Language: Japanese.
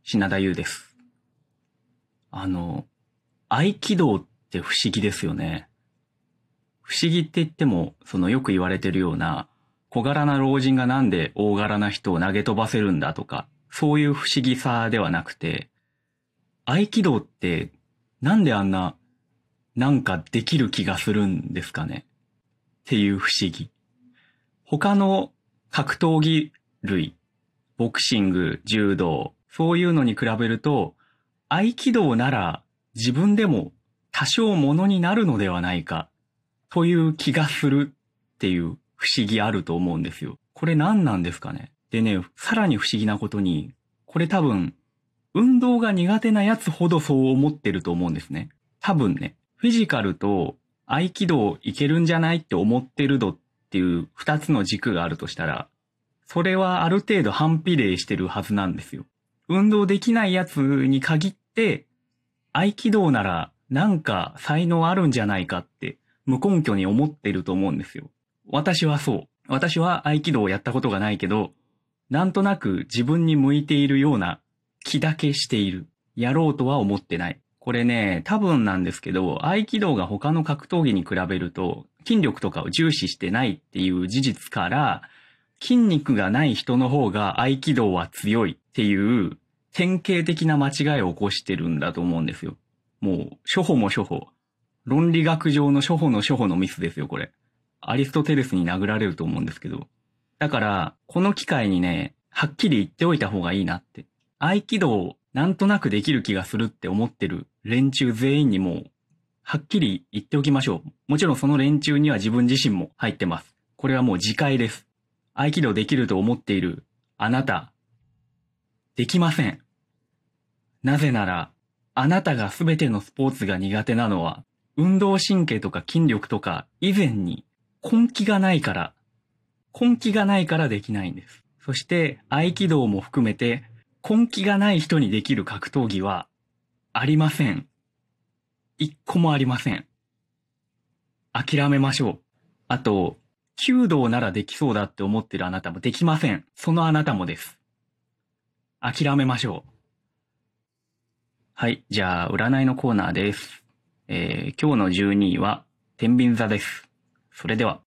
品田優です。合気道って不思議ですよね。不思議って言っても、よく言われてるような、小柄な老人がなんで大柄な人を投げ飛ばせるんだとか、そういう不思議さではなくて、合気道ってなんであんな、なんかできる気がするんですかねっていう不思議。他の格闘技類、ボクシング、柔道、そういうのに比べると、合気道なら自分でも多少ものになるのではないか、という気がするっていう不思議あると思うんですよ。これ何なんですかね。でね、さらに不思議なことに、これ多分、運動が苦手なやつほどそう思ってると思うんですね。多分ね、フィジカルと合気道いけるんじゃないって思ってる度っていう二つの軸があるとしたら、それはある程度反比例してるはずなんですよ。運動できないやつに限って、合気道ならなんか才能あるんじゃないかって無根拠に思ってると思うんですよ。私はそう。私は合気道をやったことがないけど、なんとなく自分に向いているような気だけしている。やろうとは思ってない。これね、多分なんですけど、合気道が他の格闘技に比べると筋力とかを重視してないっていう事実から、筋肉がない人の方が合気道は強いっていう典型的な間違いを起こしてるんだと思うんですよ。もう、初歩も初歩。論理学上の初歩の初歩のミスですよ、これ。アリストテレスに殴られると思うんですけど。だから、この機会にね、はっきり言っておいた方がいいなって。合気道、なんとなくできる気がするって思ってる連中全員にもう、はっきり言っておきましょう。もちろんその連中には自分自身も入ってます。これはもう自戒です。合気道できると思っているあなた、できません。なぜなら、あなたがすべてのスポーツが苦手なのは、運動神経とか筋力とか以前に根気がないから、根気がないからできないんです。そして合気道も含めて根気がない人にできる格闘技はありません。一個もありません。諦めましょう。あと、弓道ならできそうだって思ってるあなたもできません。そのあなたもです。諦めましょう。はい。じゃあ、占いのコーナーです。今日の12位は、天秤座です。それでは。